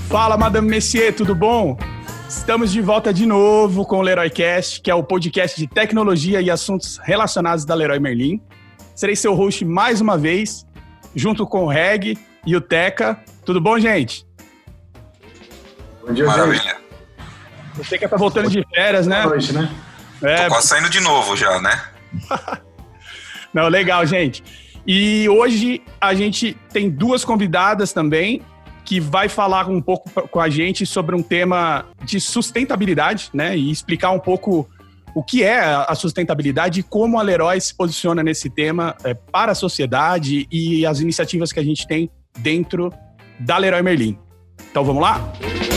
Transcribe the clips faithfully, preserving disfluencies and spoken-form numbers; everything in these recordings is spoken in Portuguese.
Fala, Madame Messier, tudo bom? Estamos de volta de novo com o LeroyCast, que é o podcast de tecnologia e assuntos relacionados da Leroy Merlin. Serei seu host mais uma vez, junto com o Reg e o Teca. Tudo bom, gente? Bom dia, Maravilha. gente. Você que tá voltando de férias, né? Boa noite, né? É... Tô quase saindo de novo já, né? Não, legal, gente. E hoje a gente tem duas convidadas também que vai falar um pouco com a gente sobre um tema de sustentabilidade, né? E explicar um pouco o que é a sustentabilidade e como a Leroy se posiciona nesse tema é, para a sociedade e as iniciativas que a gente tem dentro da Leroy Merlin. Então, vamos lá?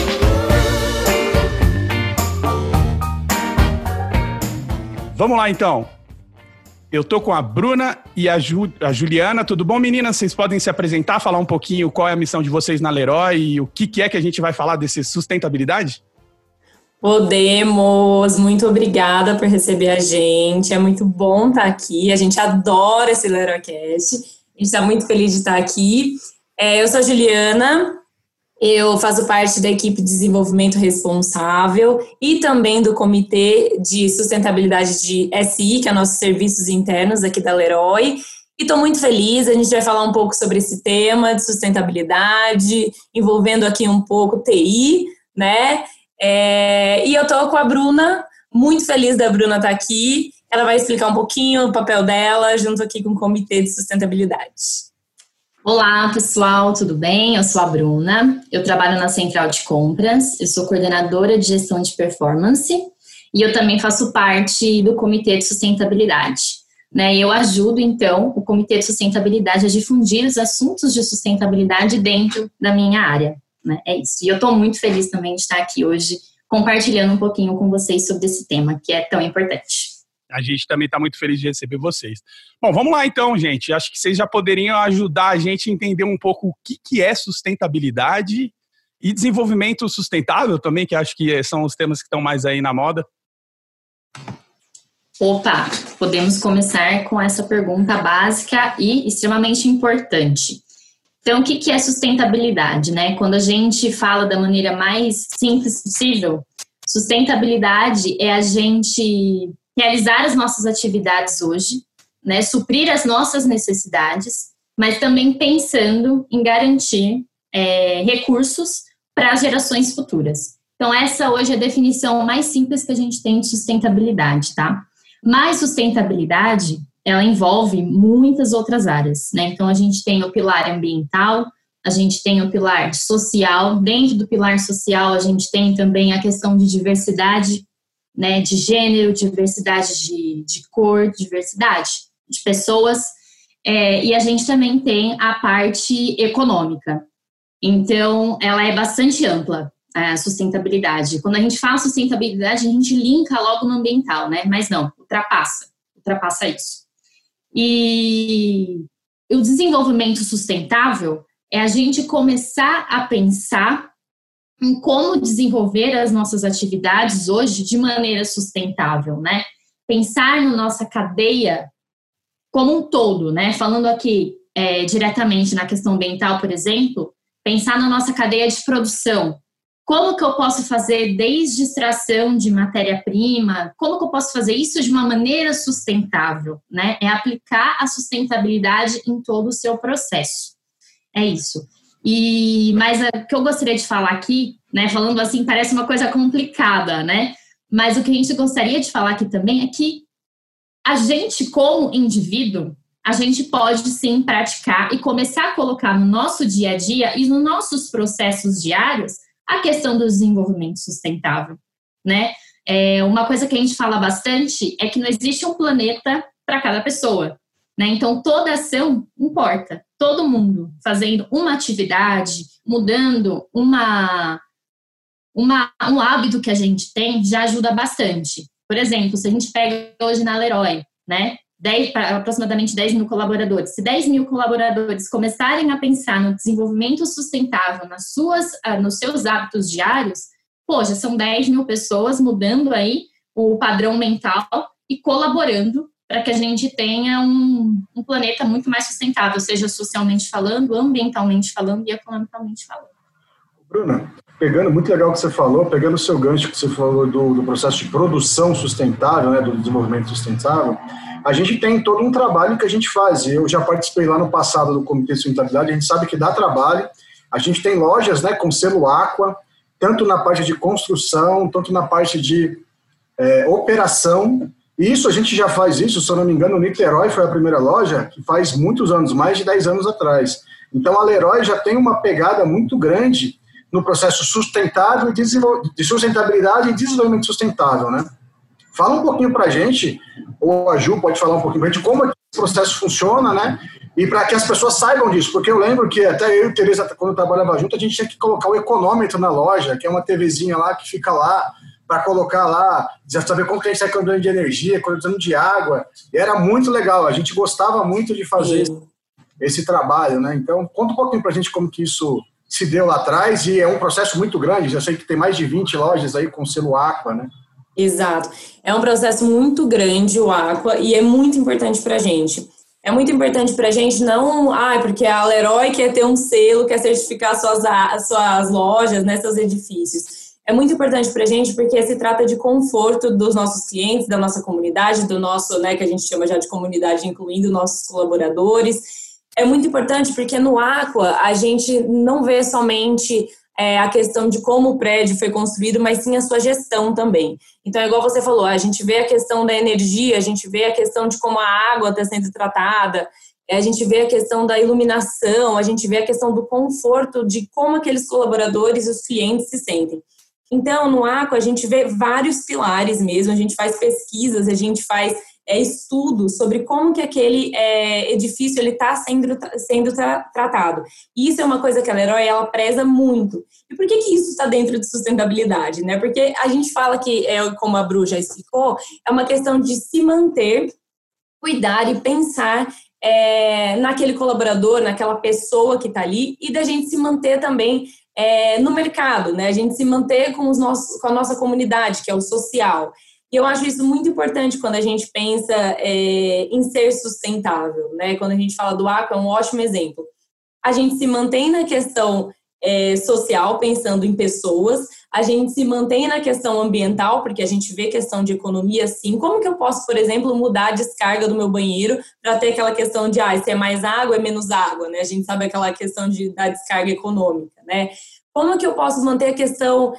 Vamos lá, então. Eu tô com a Bruna e a, Ju, a Juliana. Tudo bom, meninas? Vocês podem se apresentar, falar um pouquinho qual é a missão de vocês na Leroy e o que, que é que a gente vai falar desse sustentabilidade? Podemos! Muito obrigada por receber a gente. É muito bom estar aqui. A gente adora esse LeroyCast. A gente está muito feliz de estar aqui. É, eu sou a Juliana. Eu faço parte da equipe de desenvolvimento responsável e também do comitê de sustentabilidade de S I, que é nossos serviços internos aqui da Leroy. E estou muito feliz, a gente vai falar um pouco sobre esse tema de sustentabilidade, envolvendo aqui um pouco T I, né? É, e eu estou com a Bruna, muito feliz da Bruna estar aqui. Ela vai explicar um pouquinho o papel dela junto aqui com o comitê de sustentabilidade. Olá, pessoal, tudo bem? Eu sou a Bruna, eu trabalho na Central de Compras, eu sou coordenadora de gestão de performance e eu também faço parte do Comitê de Sustentabilidade. Né? Eu ajudo, então, o Comitê de Sustentabilidade a difundir os assuntos de sustentabilidade dentro da minha área. Né? É isso. E eu estou muito feliz também de estar aqui hoje compartilhando um pouquinho com vocês sobre esse tema que é tão importante. A gente também está muito feliz de receber vocês. Bom, vamos lá então, gente. Acho que vocês já poderiam ajudar a gente a entender um pouco o que, que é sustentabilidade e desenvolvimento sustentável também, que acho que são os temas que estão mais aí na moda. Opa, podemos começar com essa pergunta básica e extremamente importante. Então, o que, que é sustentabilidade, né? Quando a gente fala da maneira mais simples possível, sustentabilidade é a gente realizar as nossas atividades hoje, né, suprir as nossas necessidades, mas também pensando em garantir é, recursos para as gerações futuras. Então, essa hoje é a definição mais simples que a gente tem de sustentabilidade, tá? Mas sustentabilidade, ela envolve muitas outras áreas, né? Então, a gente tem o pilar ambiental, a gente tem o pilar social, dentro do pilar social a gente tem também a questão de diversidade, né, de gênero, diversidade de, de cor, diversidade de pessoas, é, e a gente também tem a parte econômica. Então, ela é bastante ampla, a sustentabilidade. Quando a gente fala sustentabilidade, a gente linka logo no ambiental, né? Mas não, ultrapassa, ultrapassa isso. E o desenvolvimento sustentável é a gente começar a pensar em como desenvolver as nossas atividades hoje de maneira sustentável, né? Pensar na nossa cadeia como um todo, né? Falando aqui é, diretamente na questão ambiental, por exemplo, pensar na nossa cadeia de produção. Como que eu posso fazer desde extração de matéria-prima? Como que eu posso fazer isso de uma maneira sustentável, né? É aplicar a sustentabilidade em todo o seu processo. É isso. E, mas o que eu gostaria de falar aqui, né, falando assim, parece uma coisa complicada, né? Mas o que a gente gostaria de falar aqui também é que a gente, como indivíduo, a gente pode sim praticar e começar a colocar no nosso dia a dia e nos nossos processos diários a questão do desenvolvimento sustentável, né? É, uma coisa que a gente fala bastante é que não existe um planeta para cada pessoa, né? Então, toda ação importa. Todo mundo fazendo uma atividade, mudando uma, uma, um hábito que a gente tem, já ajuda bastante. Por exemplo, se a gente pega hoje na Leroy, né, dez, aproximadamente dez mil colaboradores, se dez mil colaboradores começarem a pensar no desenvolvimento sustentável nas suas, nos seus hábitos diários, poxa, são dez mil pessoas mudando aí o padrão mental e colaborando para que a gente tenha um, um planeta muito mais sustentável, seja socialmente falando, ambientalmente falando e economicamente falando. Bruna, pegando, muito legal o que você falou, pegando o seu gancho que você falou do, do processo de produção sustentável, né, do desenvolvimento sustentável, a gente tem todo um trabalho que a gente faz. Eu já participei lá no passado do Comitê de Sustentabilidade, a gente sabe que dá trabalho. A gente tem lojas, né, com selo Aqua, tanto na parte de construção, tanto na parte de é, operação. E isso, a gente já faz isso, se eu não me engano, o Niterói foi a primeira loja, que faz muitos anos, mais de dez anos atrás. Então, a Leroy já tem uma pegada muito grande no processo sustentável, de sustentabilidade e desenvolvimento sustentável, né? Fala um pouquinho para a gente, ou a Ju pode falar um pouquinho para a gente, como esse processo funciona, né? E para que as pessoas saibam disso, porque eu lembro que até eu e a Tereza, quando eu trabalhava junto, a gente tinha que colocar o econômetro na loja, que é uma TVzinha lá que fica lá, para colocar lá, já saber como que a gente está economizando de energia, economizando de água, e era muito legal, a gente gostava muito de fazer esse, esse trabalho, né? Então, conta um pouquinho para a gente como que isso se deu lá atrás, e é um processo muito grande, eu sei que tem mais de vinte lojas aí com selo Aqua, né? Exato. É um processo muito grande o Aqua e é muito importante para a gente. É muito importante para a gente não... Ah, porque a Leroy quer ter um selo, quer certificar suas, suas lojas, né, seus edifícios. É muito importante para a gente porque se trata de conforto dos nossos clientes, da nossa comunidade, do nosso, né, que a gente chama já de comunidade, incluindo nossos colaboradores. É muito importante porque no Aqua a gente não vê somente é, a questão de como o prédio foi construído, mas sim a sua gestão também. Então, igual você falou, a gente vê a questão da energia, a gente vê a questão de como a água está sendo tratada, a gente vê a questão da iluminação, a gente vê a questão do conforto de como aqueles colaboradores e os clientes se sentem. Então, no Aqua, a gente vê vários pilares mesmo, a gente faz pesquisas, a gente faz é, estudos sobre como que aquele é, edifício está sendo, sendo tra- tratado. E isso é uma coisa que a Leroy, ela preza muito. E por que que isso está dentro de sustentabilidade, né? Porque a gente fala que, é, como a Bru já explicou, é uma questão de se manter, cuidar e pensar é, naquele colaborador, naquela pessoa que está ali, e da gente se manter também é, no mercado, né? A gente se manter com, os nossos, com a nossa comunidade, que é o social. E eu acho isso muito importante quando a gente pensa é, em ser sustentável, né? Quando a gente fala do Aqua, é um ótimo exemplo. A gente se mantém na questão é, social, pensando em pessoas, a gente se mantém na questão ambiental, porque a gente vê questão de economia, sim. Como que eu posso, por exemplo, mudar a descarga do meu banheiro para ter aquela questão de, ah, se é mais água, é menos água, né? A gente sabe aquela questão de, da descarga econômica, né? Como que eu posso manter a questão,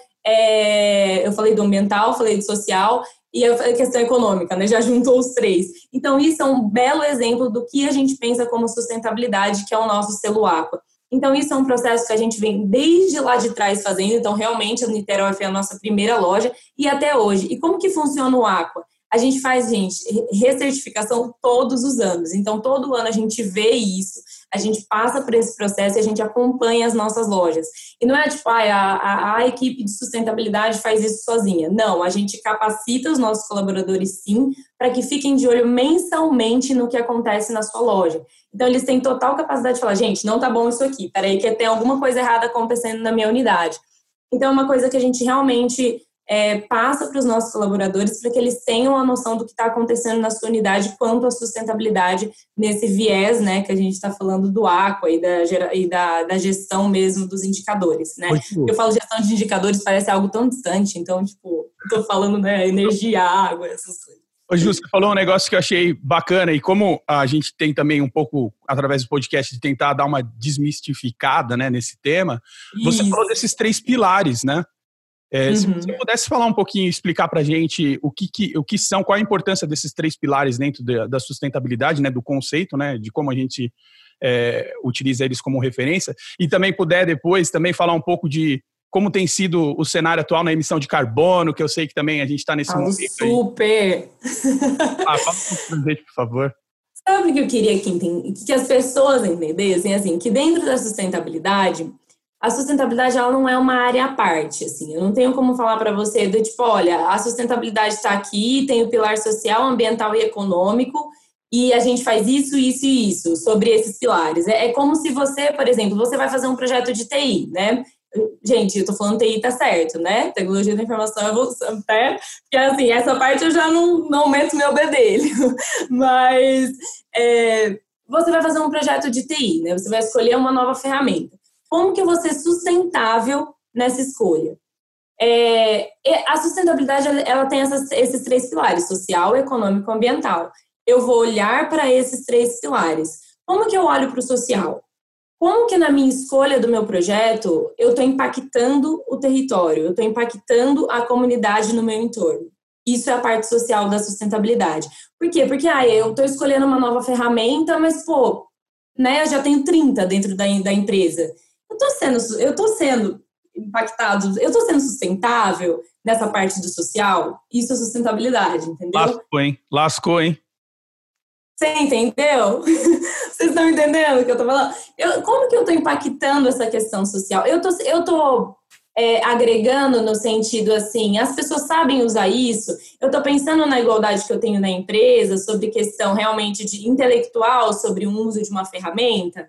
é, eu falei do ambiental, falei do social, e a questão econômica, né? Já juntou os três. Então, isso é um belo exemplo do que a gente pensa como sustentabilidade, que é o nosso selo Aqua. Então, isso é um processo que a gente vem desde lá de trás fazendo. Então, realmente, a Niterói foi a nossa primeira loja e até hoje. E como que funciona o Aqua? A gente faz, gente, recertificação todos os anos. Então, todo ano a gente vê isso, a gente passa por esse processo e a gente acompanha as nossas lojas. E não é tipo, ah, a, a, a equipe de sustentabilidade faz isso sozinha. Não, a gente capacita os nossos colaboradores, sim, para que fiquem de olho mensalmente no que acontece na sua loja. Então, eles têm total capacidade de falar, gente, não tá bom isso aqui, peraí que tem alguma coisa errada acontecendo na minha unidade. Então, é uma coisa que a gente realmente... É, passa para os nossos colaboradores para que eles tenham a noção do que está acontecendo na sua unidade quanto à sustentabilidade nesse viés, né, que a gente está falando do Aqua e, da, e da, da gestão mesmo dos indicadores, né? Eu falo gestão de indicadores, parece algo tão distante, então, tipo, estou falando, né, energia, água, essas coisas. Ô, Ju, você falou um negócio que eu achei bacana, e como a gente tem também um pouco, através do podcast, de tentar dar uma desmistificada, né, nesse tema, você Isso. falou desses três pilares, né? É, uhum. Se você pudesse falar um pouquinho, explicar para a gente o que, que, o que são, qual a importância desses três pilares dentro de, da sustentabilidade, né, do conceito, né, de como a gente é, utiliza eles como referência, e também puder depois também falar um pouco de como tem sido o cenário atual na emissão de carbono, que eu sei que também a gente está nesse Falo momento. Super! Ah, fala um pouco pra gente, por favor. Sabe o que eu queria que, que as pessoas entendessem, assim, que dentro da sustentabilidade... A sustentabilidade, ela não é uma área à parte, assim, eu não tenho como falar para você do tipo, olha, a sustentabilidade está aqui, tem o pilar social, ambiental e econômico, e a gente faz isso, isso e isso, sobre esses pilares. É, é como se você, por exemplo, você vai fazer um projeto de T I, né? Gente, eu tô falando T I, tá certo, né? Tecnologia da informação, evolução, até, porque assim, essa parte eu já não, não meto meu bedelho, mas é, você vai fazer um projeto de T I, né? Você vai escolher uma nova ferramenta. Como que eu vou ser sustentável nessa escolha? É, a sustentabilidade, ela tem essas, esses três pilares, social, econômico e ambiental. Eu vou olhar para esses três pilares. Como que eu olho para o social? Como que na minha escolha do meu projeto eu estou impactando o território, eu estou impactando a comunidade no meu entorno? Isso é a parte social da sustentabilidade. Por quê? Porque ah, eu estou escolhendo uma nova ferramenta, mas, pô, né, eu já tenho trinta dentro da, da empresa. Eu estou sendo, eu estou sendo impactado, eu estou sendo sustentável nessa parte do social? Isso é sustentabilidade, entendeu? Lascou, hein? Lascou, hein? Você entendeu? Vocês estão entendendo o que eu estou falando? Eu, como que eu estou impactando essa questão social? Eu tô, eu tô é, agregando no sentido assim, as pessoas sabem usar isso. Eu estou pensando na igualdade que eu tenho na empresa, sobre questão realmente de intelectual, sobre o uso de uma ferramenta.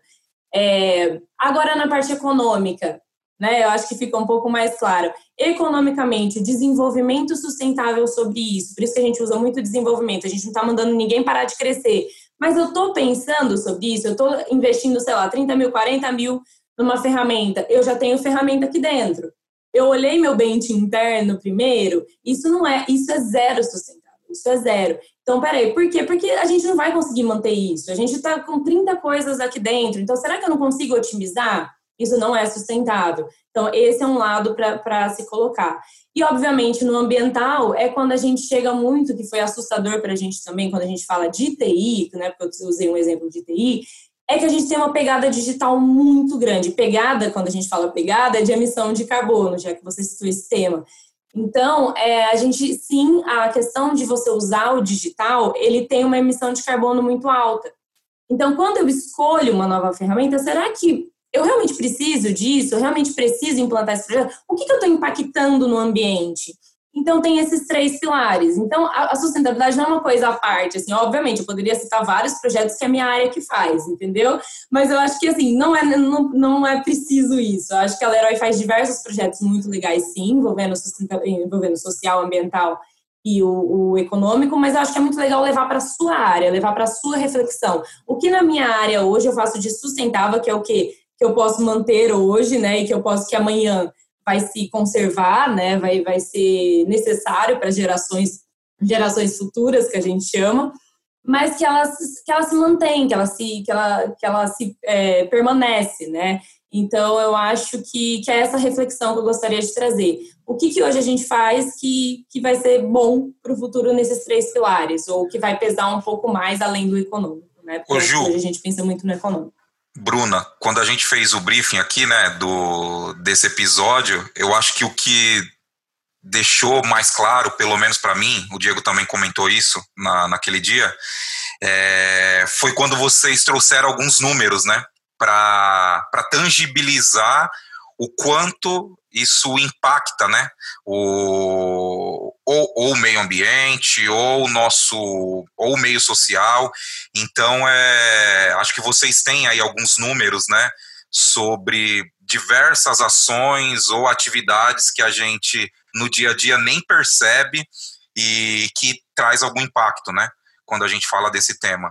É, agora, na parte econômica, né, eu acho que fica um pouco mais claro. Economicamente, o desenvolvimento sustentável sobre isso, por isso que a gente usa muito desenvolvimento, a gente não está mandando ninguém parar de crescer, mas eu estou pensando sobre isso, eu estou investindo, sei lá, trinta mil, quarenta mil numa ferramenta, eu já tenho ferramenta aqui dentro. Eu olhei meu bench interno primeiro, isso não é, isso é zero sustentável, isso é zero. Então, peraí, por quê? Porque a gente não vai conseguir manter isso, a gente está com trinta coisas aqui dentro, então será que eu não consigo otimizar? Isso não é sustentável. Então, esse é um lado para se colocar. E, obviamente, no ambiental, é quando a gente chega muito, que foi assustador para a gente também, quando a gente fala de T I, né, porque eu usei um exemplo de T I, é que a gente tem uma pegada digital muito grande. Pegada, quando a gente fala pegada, é de emissão de carbono, já que você citou esse tema. Então, é, a gente, sim, a questão de você usar o digital, ele tem uma emissão de carbono muito alta. Então, quando eu escolho uma nova ferramenta, será que eu realmente preciso disso? Eu realmente preciso implantar esse projeto? O que, que eu estou impactando no ambiente? Então, tem esses três pilares. Então, a, a sustentabilidade não é uma coisa à parte. Assim, obviamente, eu poderia citar vários projetos que é a minha área que faz, entendeu? Mas eu acho que, assim, não é, não, não é preciso isso. Eu acho que a Leroy faz diversos projetos muito legais, sim, envolvendo, envolvendo social, ambiental e o, o econômico, mas eu acho que é muito legal levar para a sua área, levar para a sua reflexão. O que na minha área hoje eu faço de sustentável, que é o quê? Que eu posso manter hoje, né, e que eu posso que amanhã vai se conservar, né, vai, vai ser necessário para gerações, gerações futuras, que a gente chama, mas que ela, que ela se mantém, que ela se, que ela, que ela se é, permanece, né. Então, eu acho que, que é essa reflexão que eu gostaria de trazer. O que, que hoje a gente faz que, que vai ser bom para o futuro nesses três pilares, ou que vai pesar um pouco mais além do econômico, né, porque Ô, Ju, hoje a gente pensa muito no econômico. Bruna, quando a gente fez o briefing aqui, né, do, desse episódio, eu acho que o que deixou mais claro, pelo menos para mim, o Diego também comentou isso na, naquele dia, é, foi quando vocês trouxeram alguns números, né, para tangibilizar o quanto isso impacta, né, o, ou, ou o meio ambiente, ou o nosso, ou o meio social. Então, é, acho que vocês têm aí alguns números, né, sobre diversas ações ou atividades que a gente, no dia a dia, nem percebe e que traz algum impacto, né, quando a gente fala desse tema.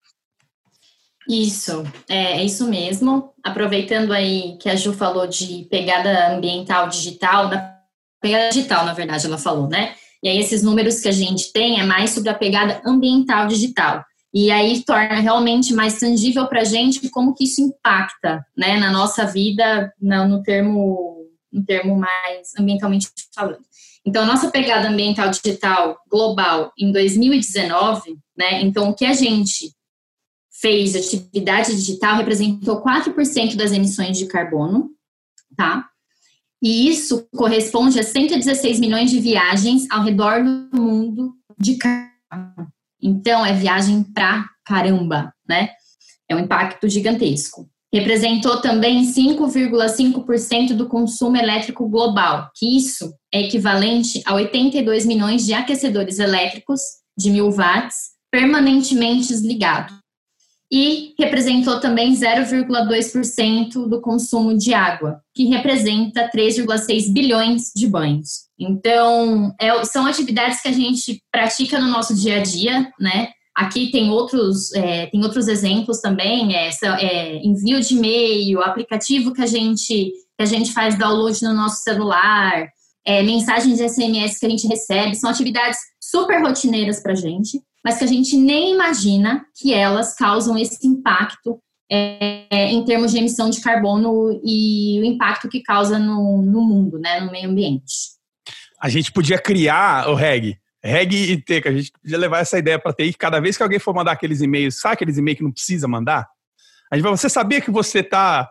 Isso, é, é isso mesmo. Aproveitando aí que a Ju falou de pegada ambiental digital, na pegada digital, na verdade, ela falou, né? E aí esses números que a gente tem é mais sobre a pegada ambiental digital. E aí torna realmente mais tangível para a gente como que isso impacta, né, na nossa vida, no, no, termo, no termo mais ambientalmente falando. Então, a nossa pegada ambiental digital global em dois mil e dezenove, né, então o que a gente fez de atividade digital representou quatro por cento das emissões de carbono, tá? E isso corresponde a cento e dezesseis milhões de viagens ao redor do mundo de carro. Então, é viagem pra caramba, né? É um impacto gigantesco. Representou também cinco vírgula cinco por cento do consumo elétrico global, que isso é equivalente a oitenta e dois milhões de aquecedores elétricos de mil watts permanentemente ligados. E representou também zero vírgula dois por cento do consumo de água, que representa três vírgula seis bilhões de banhos. Então, é, são atividades que a gente pratica no nosso dia a dia, né? Aqui tem outros, é, tem outros exemplos também, é, é, envio de e-mail, aplicativo que a gente que a gente faz download no nosso celular, é, mensagens de S M S que a gente recebe, são atividades super rotineiras para a gente, mas que a gente nem imagina que elas causam esse impacto é, em termos de emissão de carbono e o impacto que causa no, no mundo, né, no meio ambiente. A gente podia criar, o Reg, Reg e Teca, a gente podia levar essa ideia para T I, que cada vez que alguém for mandar aqueles e-mails, sabe aqueles e-mails que não precisa mandar? A gente vai, você sabia que você está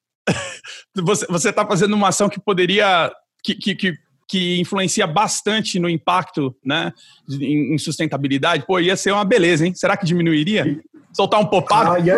você, você tá fazendo uma ação que poderia, que, que, que, que influencia bastante no impacto, né, em, em sustentabilidade? Pô, ia ser uma beleza, hein? Será que diminuiria? Soltar um pop-up? Ah, e,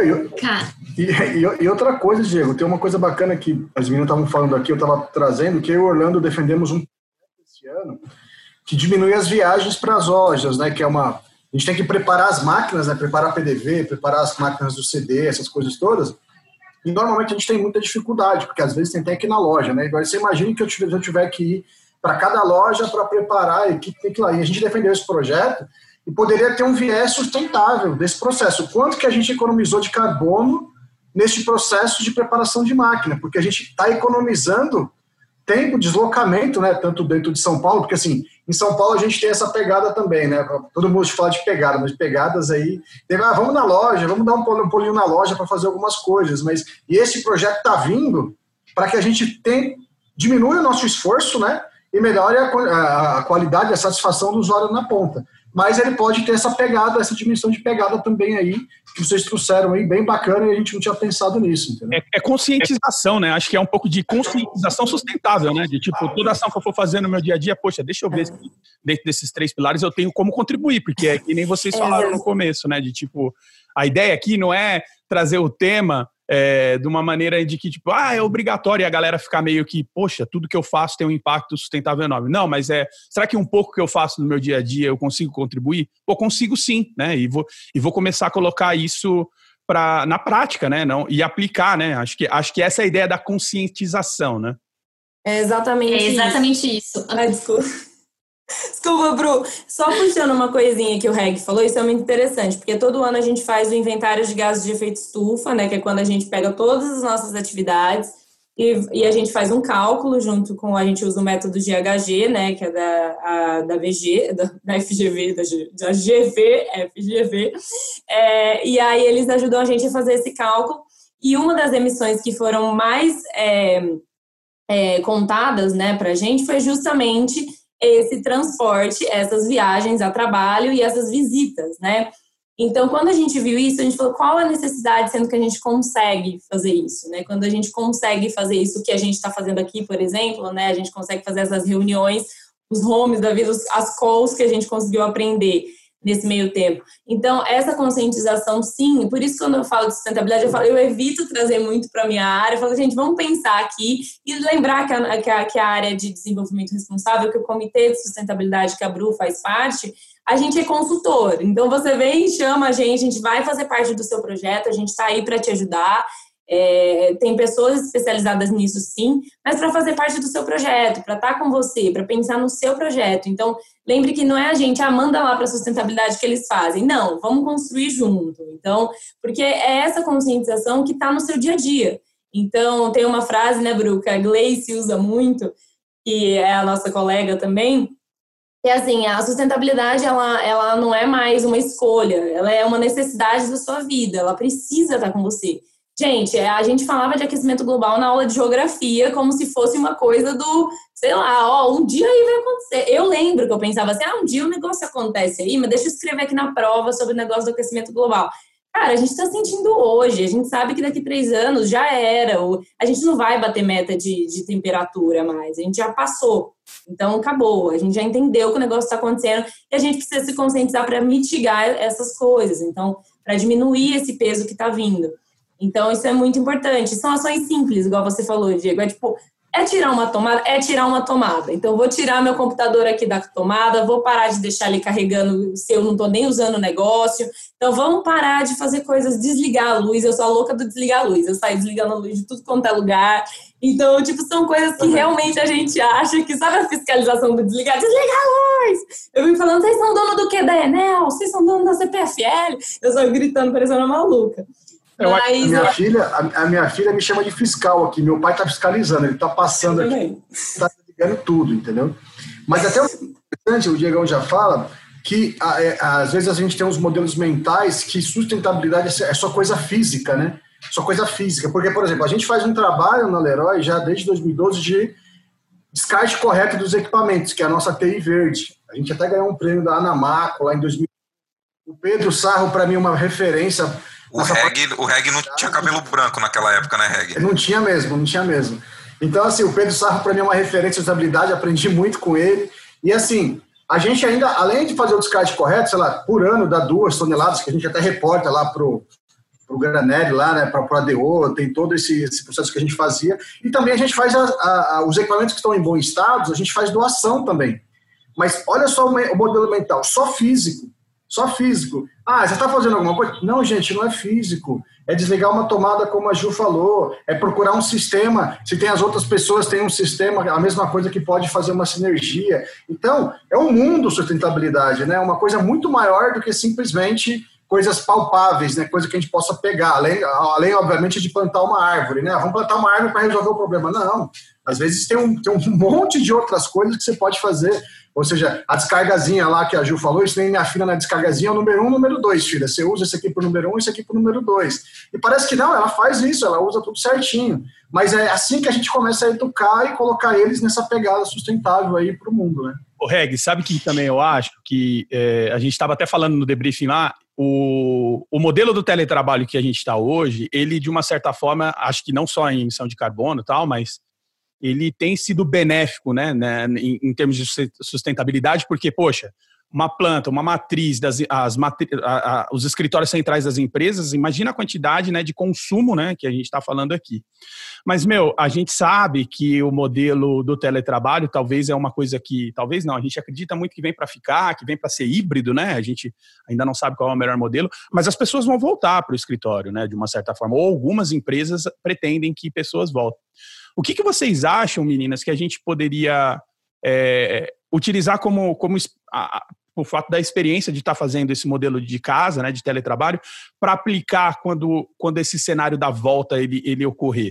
e, e, e outra coisa, Diego, tem uma coisa bacana que as meninas estavam falando aqui, eu estava trazendo, que eu e o Orlando defendemos um esse ano, que diminui as viagens para as lojas, né, que é uma... A gente tem que preparar as máquinas, né, preparar P D V, preparar as máquinas do C D, essas coisas todas, e normalmente a gente tem muita dificuldade, porque às vezes tem até que ir na loja, né, agora você imagina que eu tiver, eu tiver que ir para cada loja para preparar, e que tem que ir lá, e a gente defendeu esse projeto, e poderia ter um viés sustentável desse processo. Quanto que a gente economizou de carbono nesse processo de preparação de máquina? Porque a gente está economizando tempo, deslocamento, né, tanto dentro de São Paulo, porque assim, em São Paulo a gente tem essa pegada também, né, todo mundo fala de pegada, mas pegadas aí, ah, vamos na loja, vamos dar um pulinho na loja para fazer algumas coisas, mas e esse projeto está vindo para que a gente tem, diminua o nosso esforço, né, e melhore a, a, a qualidade e a satisfação do usuário na ponta. Mas ele pode ter essa pegada, essa dimensão de pegada também aí, que vocês trouxeram aí, bem bacana, e a gente não tinha pensado nisso, entendeu? É, é conscientização, né? Acho que é um pouco de conscientização sustentável, né? De tipo, toda ação que eu for fazer no meu dia a dia, poxa, deixa eu ver se dentro desses três pilares eu tenho como contribuir, porque é que nem vocês falaram no começo, né? De tipo, a ideia aqui não é trazer o tema é, de uma maneira de que, tipo, ah, é obrigatório e a galera ficar meio que, poxa, tudo que eu faço tem um impacto sustentável enorme. Não, mas é, será que um pouco que eu faço no meu dia a dia eu consigo contribuir? Pô, consigo sim, né? E vou, e vou começar a colocar isso pra, na prática, né? Não, e aplicar, né? Acho que, acho que essa é a ideia da conscientização, né? É exatamente isso. É exatamente isso. isso. Ah, desculpa. Desculpa, Bru. Só puxando uma coisinha que o Reg falou, isso é muito interessante, porque todo ano a gente faz o inventário de gases de efeito estufa, né, que é quando a gente pega todas as nossas atividades e, e a gente faz um cálculo junto com, a gente usa o método G H G, né, que é da, a, da V G, da, da F G V, da, G, da G V, F G V, é, e aí eles ajudam a gente a fazer esse cálculo, e uma das emissões que foram mais é, é, contadas, né, pra gente foi justamente esse transporte, essas viagens a trabalho e essas visitas, né? Então, quando a gente viu isso, a gente falou, qual a necessidade, sendo que a gente consegue fazer isso, né? Quando a gente consegue fazer isso que a gente está fazendo aqui, por exemplo, né? A gente consegue fazer essas reuniões, os homes da vida, as calls que a gente conseguiu aprender nesse meio tempo. Então, essa conscientização, sim, por isso quando eu falo de sustentabilidade, eu, falo, eu evito trazer muito para a minha área, eu falo, gente, vamos pensar aqui e lembrar que a, que, a, que a área de desenvolvimento responsável, que o Comitê de Sustentabilidade, que a Bru faz parte, a gente é consultor. Então, você vem e chama a gente, a gente vai fazer parte do seu projeto, a gente está aí para te ajudar. É, tem pessoas especializadas nisso, sim, mas para fazer parte do seu projeto, para estar com você, para pensar no seu projeto. Então, lembre que não é a gente, ah, manda lá para a sustentabilidade que eles fazem. Não, vamos construir junto. Então, porque é essa conscientização que está no seu dia a dia. Então, tem uma frase, né, Bru, que a Gleice usa muito, que é a nossa colega também, que é assim, a sustentabilidade, ela, ela não é mais uma escolha, ela é uma necessidade da sua vida, ela precisa estar com você. Gente, a gente falava de aquecimento global na aula de geografia como se fosse uma coisa do, sei lá, ó, um dia aí vai acontecer. Eu lembro que eu pensava assim, ah, um dia o negócio acontece aí, mas deixa eu escrever aqui na prova sobre o negócio do aquecimento global. Cara, a gente está sentindo hoje, a gente sabe que daqui a três anos já era, a gente não vai bater meta de, de temperatura mais, a gente já passou, então acabou, a gente já entendeu que o negócio está acontecendo e a gente precisa se conscientizar para mitigar essas coisas, então, para diminuir esse peso que está vindo. Então, isso é muito importante. São ações simples, igual você falou, Diego. É tipo, é tirar uma tomada? É tirar uma tomada. Então, vou tirar meu computador aqui da tomada, vou parar de deixar ele carregando se eu não estou nem usando o negócio. Então, vamos parar de fazer coisas, desligar a luz. Eu sou a louca do desligar a luz. Eu saio desligando a luz de tudo quanto é lugar. Então, tipo, são coisas que realmente a gente acha que, sabe a fiscalização do desligar? Desliga a luz! Eu vim falando, vocês são dono do quê? Da Enel? Vocês são dono da C P F L? Eu só gritando, parecendo uma maluca. Mas, a, minha filha, a, a minha filha me chama de fiscal aqui. Meu pai está fiscalizando, ele está passando aqui, está ligando tudo, entendeu? Mas até o interessante, o Diegão já fala, que é, às vezes a gente tem uns modelos mentais que sustentabilidade é só coisa física, né? Só coisa física. Porque, por exemplo, a gente faz um trabalho na Leroy já desde dois mil e doze de descarte correto dos equipamentos, que é a nossa T I verde. A gente até ganhou um prêmio da Anamaco lá em dois mil. O Pedro Sarro, para mim, é uma referência. O Reg, o Reg não tinha cabelo branco naquela época, né, Reg? Não tinha mesmo, não tinha mesmo. Então, assim, o Pedro Sarro, para mim, é uma referência de habilidade, aprendi muito com ele. E, assim, a gente ainda, além de fazer o descarte correto, sei lá, por ano dá duas toneladas, que a gente até reporta lá pro pro Granelli lá, né, para o A D O, tem todo esse, esse processo que a gente fazia. E também a gente faz a, a, a, os equipamentos que estão em bom estado, a gente faz doação também. Mas olha só o, o modelo mental, só físico, só físico. Ah, você está fazendo alguma coisa? Não, gente, não é físico. É desligar uma tomada, como a Ju falou, é procurar um sistema. Se tem as outras pessoas, tem um sistema, a mesma coisa que pode fazer uma sinergia. Então, é um mundo sustentabilidade, né? Uma coisa muito maior do que simplesmente coisas palpáveis, né? Coisa que a gente possa pegar, além, além obviamente, de plantar uma árvore, né? Vamos plantar uma árvore para resolver o problema. Não, às vezes tem um, tem um monte de outras coisas que você pode fazer, ou seja, a descargazinha lá que a Ju falou, isso nem minha filha na descargazinha é o número um, número dois, filha, você usa esse aqui para o número um, esse aqui para o número dois, e parece que não, ela faz isso, ela usa tudo certinho, mas é assim que a gente começa a educar e colocar eles nessa pegada sustentável aí para o mundo, né? Ô, Reg, sabe que também eu acho que é, a gente estava até falando no debriefing lá, o, o modelo do teletrabalho que a gente está hoje, ele de uma certa forma, acho que não só em emissão de carbono e tal, mas ele tem sido benéfico, né, né em, em termos de sustentabilidade, porque, poxa, uma planta, uma matriz, das, as matri, a, a, os escritórios centrais das empresas, imagina a quantidade, né, de consumo, né, que a gente está falando aqui. Mas, meu, a gente sabe que o modelo do teletrabalho talvez é uma coisa que, talvez não, a gente acredita muito que vem para ficar, que vem para ser híbrido, né, a gente ainda não sabe qual é o melhor modelo, mas as pessoas vão voltar para o escritório, né, de uma certa forma, ou algumas empresas pretendem que pessoas voltem. O que, que vocês acham, meninas, que a gente poderia é, utilizar como, como a, o fato da experiência de estar fazendo esse modelo de casa, né, de teletrabalho, para aplicar quando, quando esse cenário da volta ele, ele ocorrer?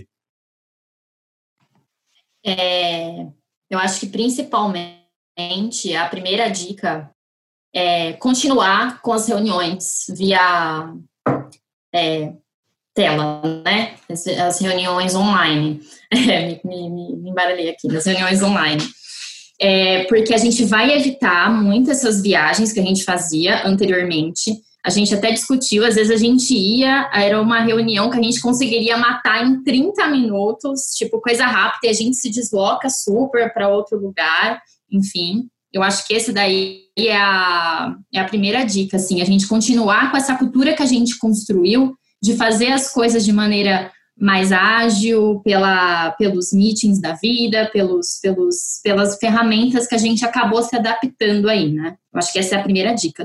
É, eu acho que principalmente a primeira dica é continuar com as reuniões via é, tela, né? As reuniões online. É, me, me, me embaralhei aqui, nas reuniões online. É, porque a gente vai evitar muitas essas viagens que a gente fazia anteriormente. A gente até discutiu, às vezes a gente ia, era uma reunião que a gente conseguiria matar em trinta minutos, tipo, coisa rápida, e a gente se desloca super para outro lugar, enfim. Eu acho que esse daí é a, é a primeira dica, assim, a gente continuar com essa cultura que a gente construiu de fazer as coisas de maneira mais ágil, pela, pelos meetings da vida, pelos, pelos, pelas ferramentas que a gente acabou se adaptando aí, né? Eu acho que essa é a primeira dica.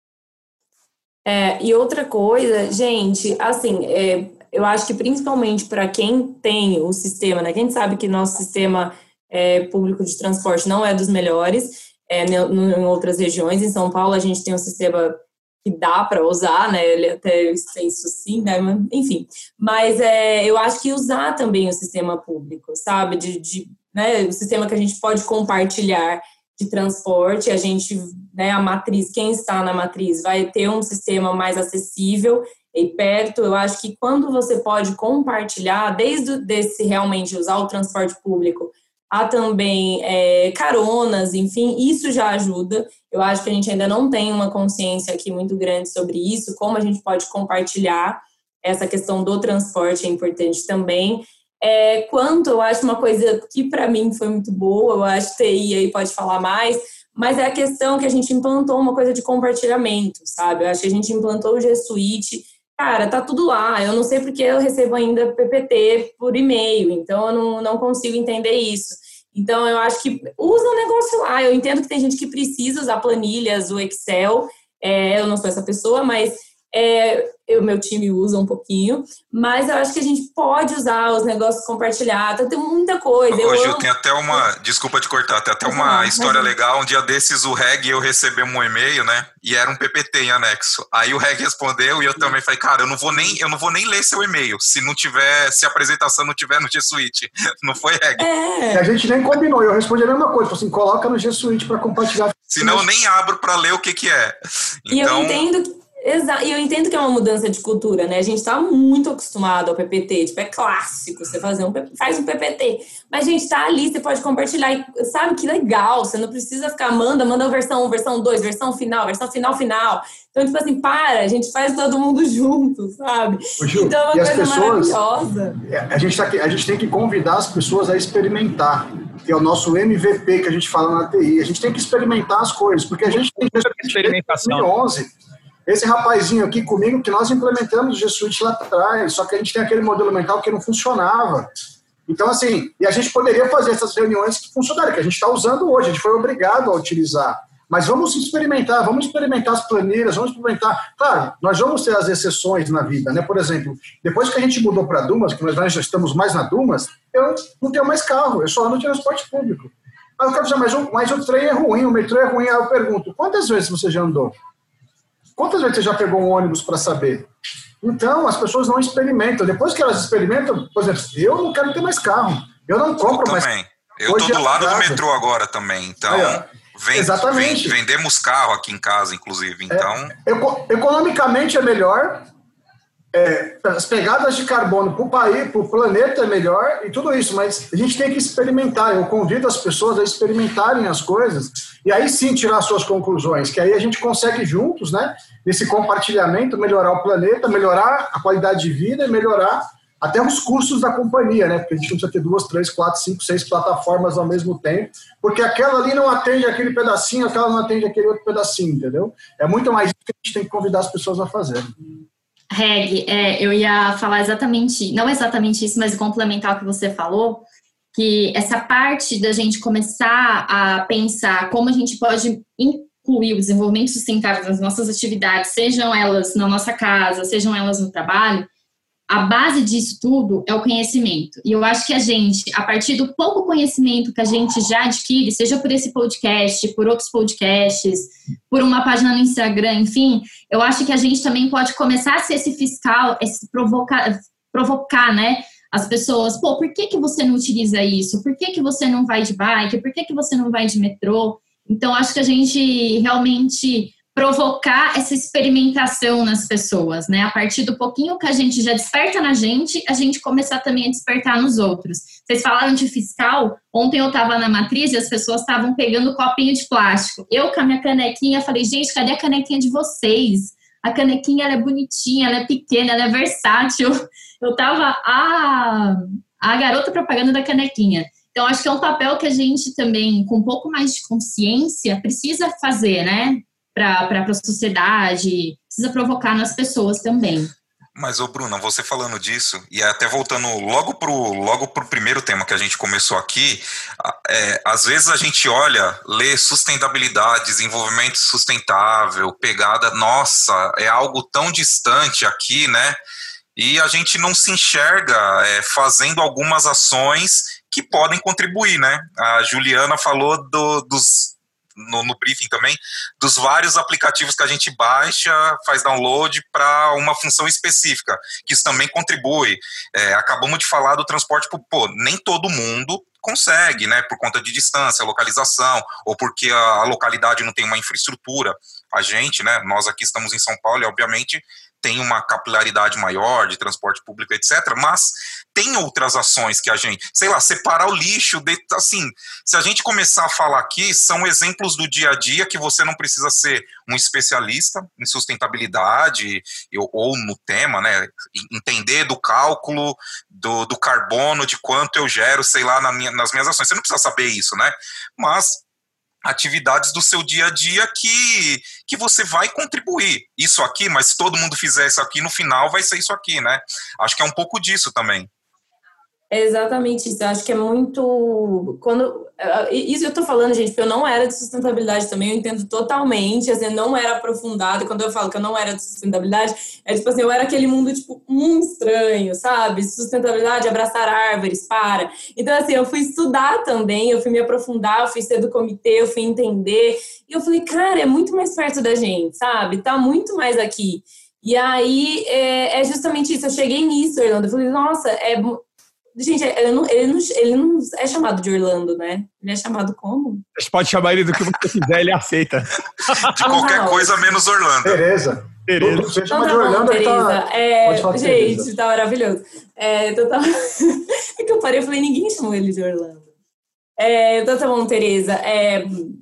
É, e outra coisa, gente, assim, é, eu acho que principalmente para quem tem o sistema, né? Quem sabe que nosso sistema é, público de transporte não é dos melhores, é, em outras regiões. Em São Paulo a gente tem um sistema que dá para usar, né, ele até extenso sim, né, enfim, mas é, eu acho que usar também o sistema público, sabe, de, de, né, o sistema que a gente pode compartilhar de transporte, a gente, né, a matriz, quem está na matriz vai ter um sistema mais acessível e perto. Eu acho que quando você pode compartilhar, desde desse realmente usar o transporte público, há também é, caronas, enfim, isso já ajuda. Eu acho que a gente ainda não tem uma consciência aqui muito grande sobre isso, como a gente pode compartilhar essa questão do transporte é importante também. É, quanto, eu acho uma coisa que para mim foi muito boa, eu acho que T I aí pode falar mais, mas é a questão que a gente implantou uma coisa de compartilhamento, sabe? Eu acho que a gente implantou o G Suite. Cara, tá tudo lá, eu não sei porque eu recebo ainda P P T por e-mail, então eu não, não consigo entender isso. Então, eu acho que usa o negócio lá, eu entendo que tem gente que precisa usar planilhas, o Excel, é, eu não sou essa pessoa, mas É, o meu time usa um pouquinho, mas eu acho que a gente pode usar os negócios compartilhados, tem muita coisa. Ô, Gil, amo... tem até uma, desculpa te cortar, tem até uma falar, história legal, um dia desses o Reg e eu recebemos um e-mail, né, e era um P P T em anexo, aí o Reg respondeu e eu também falei, cara, eu não vou nem, eu não vou nem ler seu e-mail, se não tiver, se a apresentação não tiver no G Suite, não foi, Reg? É. A gente nem combinou, eu respondi a mesma coisa, assim, coloca no G Suite para compartilhar. Senão eu nem abro para ler o que que é. Então... E eu entendo que Exato, e eu entendo que é uma mudança de cultura, né? A gente tá muito acostumado ao P P T, tipo, é clássico, você fazer um, faz um P P T, mas a gente tá ali, você pode compartilhar, e, sabe, que legal, você não precisa ficar, manda, manda versão um, versão dois, versão final, versão final, final. Então, tipo assim, para, a gente faz todo mundo junto, sabe? Ju, então é uma coisa pessoas, maravilhosa. A gente, tá, a gente tem que convidar as pessoas a experimentar, que é o nosso M V P que a gente fala na T I. A gente tem que experimentar as coisas, porque a gente tem experimentação. dois mil e onze. Esse rapazinho aqui comigo, que nós implementamos o G Suite lá atrás, só que a gente tem aquele modelo mental que não funcionava. Então, assim, e a gente poderia fazer essas reuniões que funcionaram, que a gente está usando hoje, a gente foi obrigado a utilizar. Mas vamos experimentar, vamos experimentar as planilhas, vamos experimentar. Claro, nós vamos ter as exceções na vida, né? Por exemplo, depois que a gente mudou para Dumas, que nós já estamos mais na Dumas, eu não tenho mais carro, eu só ando de transporte público. Aí eu quero dizer, mas o, mas o trem é ruim, o metrô é ruim. Aí eu pergunto, quantas vezes você já andou? Quantas vezes você já pegou um ônibus para saber? Então, as pessoas não experimentam. Depois que elas experimentam, por exemplo, eu não quero ter mais carro. Eu não compro eu mais também. carro. Eu estou do lado do metrô agora também. Então, Aí, vend, exatamente. Vend, vendemos carro aqui em casa, inclusive. Então... É, economicamente é melhor. É, as pegadas de carbono para o país, para o planeta é melhor e tudo isso, mas a gente tem que experimentar. Eu convido as pessoas a experimentarem as coisas e aí sim tirar suas conclusões, que aí a gente consegue juntos, né, nesse compartilhamento, melhorar o planeta, melhorar a qualidade de vida e melhorar até os custos da companhia, né, porque a gente não precisa ter duas, três, quatro, cinco, seis plataformas ao mesmo tempo, porque aquela ali não atende aquele pedacinho, aquela não atende aquele outro pedacinho, entendeu? É muito mais isso que a gente tem que convidar as pessoas a fazer. Reg, é, eu ia falar exatamente, não exatamente isso, mas complementar o que você falou, que essa parte da gente começar a pensar como a gente pode incluir o desenvolvimento sustentável nas nossas atividades, sejam elas na nossa casa, sejam elas no trabalho, a base disso tudo é o conhecimento. E eu acho que a gente, a partir do pouco conhecimento que a gente já adquire, seja por esse podcast, por outros podcasts, por uma página no Instagram, enfim, eu acho que a gente também pode começar a ser esse fiscal, esse provocar, provocar, né, as pessoas. Pô, por que que você não utiliza isso? Por que que você não vai de bike? Por que que você não vai de metrô? Então, acho que a gente realmente... provocar essa experimentação nas pessoas, né? A partir do pouquinho que a gente já desperta na gente, a gente começar também a despertar nos outros. Vocês falaram de fiscal, ontem eu estava na matriz e as pessoas estavam pegando copinho de plástico. Eu com a minha canequinha, falei, gente, cadê a canequinha de vocês? A canequinha, ela é bonitinha, ela é pequena, ela é versátil. Eu tava a, a garota propaganda da canequinha. Então, acho que é um papel que a gente também, com um pouco mais de consciência, precisa fazer, né? Para a sociedade, precisa provocar nas pessoas também. Mas, ô Bruna, você falando disso, e até voltando logo para o logo pro primeiro tema que a gente começou aqui, é, às vezes a gente olha, lê sustentabilidade, desenvolvimento sustentável, pegada, nossa, é algo tão distante aqui, né? E a gente não se enxerga é, fazendo algumas ações que podem contribuir, né? A Juliana falou do, dos... No, no briefing também, dos vários aplicativos que a gente baixa, faz download para uma função específica, que isso também contribui. É, acabamos de falar do transporte, pô, nem todo mundo consegue, né, por conta de distância, localização, ou porque a, a localidade não tem uma infraestrutura. A gente, né, nós aqui estamos em São Paulo e, obviamente, tem uma capilaridade maior de transporte público, etcétera, mas tem outras ações que a gente, sei lá, separar o lixo, de, assim, se a gente começar a falar aqui, são exemplos do dia a dia que você não precisa ser um especialista em sustentabilidade ou, ou no tema, né, entender do cálculo do, do carbono, de quanto eu gero, sei lá, na minha, nas minhas ações, você não precisa saber isso, né, mas atividades do seu dia a dia que, que você vai contribuir. Isso aqui, mas se todo mundo fizer isso aqui, no final vai ser isso aqui, né? Acho que é um pouco disso também. É exatamente isso. Eu acho que é muito... Quando... Isso eu tô falando, gente, porque eu não era de sustentabilidade também, eu entendo totalmente, assim, eu não era aprofundada. Quando eu falo que eu não era de sustentabilidade, é tipo assim, eu era aquele mundo, tipo, muito estranho, sabe? Sustentabilidade, abraçar árvores, para. Então, assim, eu fui estudar também, eu fui me aprofundar, eu fui ser do comitê, eu fui entender. E eu falei, cara, é muito mais perto da gente, sabe? Tá muito mais aqui. E aí, é, é justamente isso. Eu cheguei nisso, Orlando. Eu falei, nossa, é... Gente, ele não, ele, não, ele não é chamado de Orlando, né? Ele é chamado como? A gente pode chamar ele do que você quiser, ele aceita. De qualquer coisa menos Orlando. Tereza. Tereza. Você chama Então, tá de Orlando, bom, tá... é, Pode falar gente, Tereza. tá maravilhoso. É, então, tá... é que eu parei e falei, ninguém chamou ele de Orlando. É, então tá bom, Tereza. É...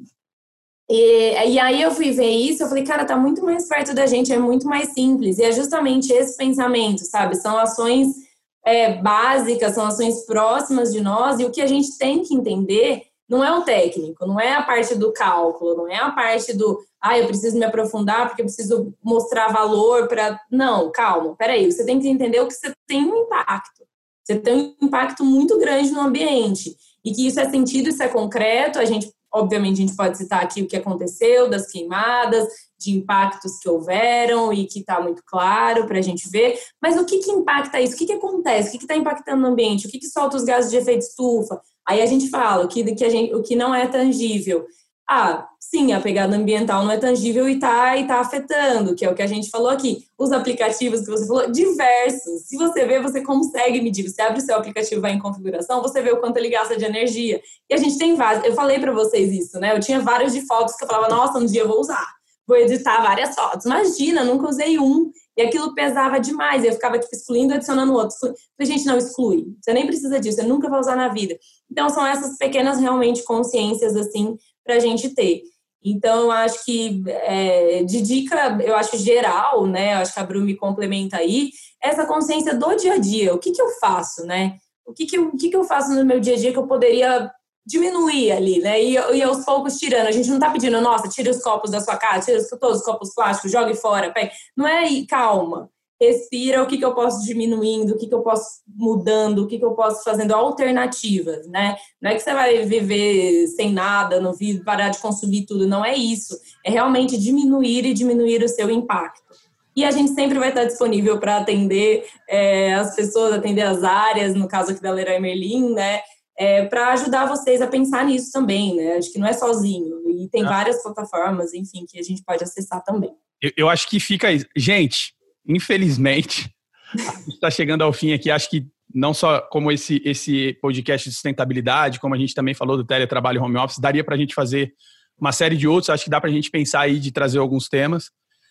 E, e aí eu fui ver isso, eu falei, cara, tá muito mais perto da gente, é muito mais simples. E é justamente esse pensamento, sabe? São ações... É, básicas, são ações próximas de nós, e o que a gente tem que entender não é o técnico, não é a parte do cálculo, não é a parte do, ah, eu preciso me aprofundar porque eu preciso mostrar valor para... Não, calma, peraí, você tem que entender o que você tem um impacto. Você tem um impacto muito grande no ambiente, e que isso é sentido, isso é concreto. A gente, obviamente, a gente pode citar aqui o que aconteceu, das queimadas, de impactos que houveram e que está muito claro para a gente ver, mas o que, que impacta isso? O que, que acontece? O que está impactando no ambiente? O que, que solta os gases de efeito estufa? Aí a gente fala o que, que a gente, o que não é tangível. Ah, sim, a pegada ambiental não é tangível e está e tá afetando, que é o que a gente falou aqui. Os aplicativos que você falou, diversos. Se você vê, você consegue medir. Você abre o seu aplicativo, vai em configuração, você vê o quanto ele gasta de energia. E a gente tem vários. Eu falei para vocês isso, né? Eu tinha vários de fotos que eu falava, nossa, um dia eu vou usar. Vou editar várias fotos. Imagina, nunca usei um. E aquilo pesava demais. Eu ficava tipo, excluindo, adicionando outro. Excluindo. Falei, gente, não, exclui. Você nem precisa disso, você nunca vai usar na vida. Então, são essas pequenas, realmente, consciências, assim, pra gente ter. Então, eu acho que, é, de dica, eu acho geral, né? Eu acho que a Bru me complementa aí, essa consciência do dia a dia. O que que eu faço, né? O que que eu, o que que eu faço no meu dia a dia que eu poderia... diminuir ali, né? E, e aos poucos tirando. A gente não tá pedindo, nossa, tira os copos da sua casa, tira os, todos os copos plásticos, jogue fora. Pega. Não é aí, calma. Respira, o que, que eu posso diminuindo, o que, que eu posso mudando, o que, que eu posso fazendo alternativas, né? Não é que você vai viver sem nada, no vídeo, parar de consumir tudo, não é isso. É realmente diminuir e diminuir o seu impacto. E a gente sempre vai estar disponível para atender é, as pessoas, atender as áreas, no caso aqui da Leroy Merlin, né? É, para ajudar vocês a pensar nisso também, né? Acho que não é sozinho. E tem ah. várias plataformas, enfim, que a gente pode acessar também. Eu, eu acho que fica... Gente, infelizmente, a gente está chegando ao fim aqui. Acho que não só como esse, esse podcast de sustentabilidade, como a gente também falou do teletrabalho e home office, daria para a gente fazer uma série de outros. Acho que dá para a gente pensar aí de trazer alguns temas.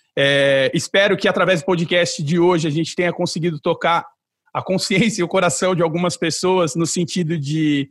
É, espero que através do podcast de hoje a gente tenha conseguido tocar a consciência e o coração de algumas pessoas no sentido de,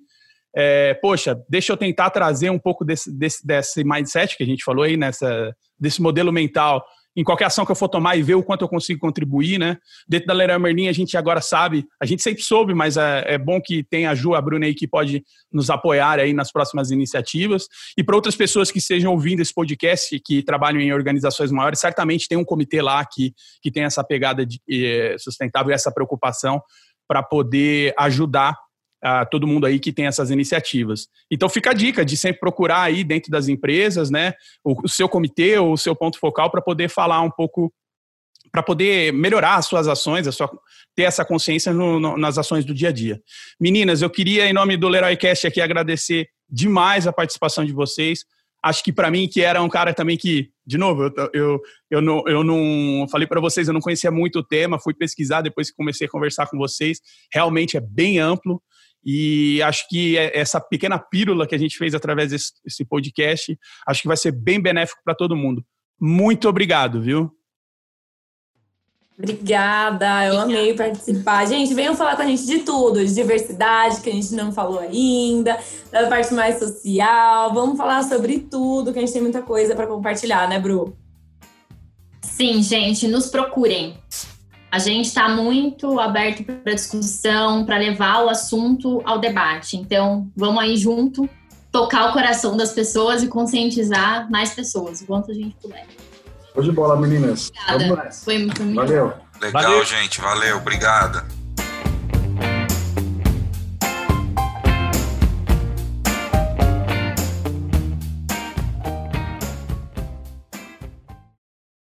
é, poxa, deixa eu tentar trazer um pouco desse, desse, desse mindset que a gente falou aí, nessa, desse modelo mental, em qualquer ação que eu for tomar e ver o quanto eu consigo contribuir, né? Dentro da Leroy Merlin a gente agora sabe, a gente sempre soube, mas é, é bom que tem a Ju, a Bruna aí que pode nos apoiar aí nas próximas iniciativas. E para outras pessoas que estejam ouvindo esse podcast, que trabalham em organizações maiores, certamente tem um comitê lá que, que tem essa pegada de, é, sustentável e essa preocupação para poder ajudar a todo mundo aí que tem essas iniciativas. Então fica a dica de sempre procurar aí dentro das empresas, né, o, o seu comitê ou o seu ponto focal para poder falar um pouco, para poder melhorar as suas ações, a sua, ter essa consciência no, no, nas ações do dia a dia. Meninas, eu queria, em nome do LeroyCast aqui, agradecer demais a participação de vocês. Acho que para mim, que era um cara também que, de novo, eu, eu, eu, não, eu não falei para vocês, eu não conhecia muito o tema, fui pesquisar depois que comecei a conversar com vocês. Realmente é bem amplo. E acho que essa pequena pílula que a gente fez através desse, desse podcast, acho que vai ser bem benéfico para todo mundo. Muito obrigado, viu? Obrigada, eu amei participar. Gente, venham falar com a gente de tudo, de diversidade, que a gente não falou ainda, da parte mais social. Vamos falar sobre tudo, que a gente tem muita coisa para compartilhar, né, Bru? Sim, gente, nos procurem. A gente está muito aberto para discussão, para levar o assunto ao debate. Então, vamos aí junto, tocar o coração das pessoas e conscientizar mais pessoas, o quanto a gente puder. Show de bola, meninas. Obrigada. Vamos nessa. Foi muito, muito Valeu. Legal, valeu. Gente. Valeu. Obrigada.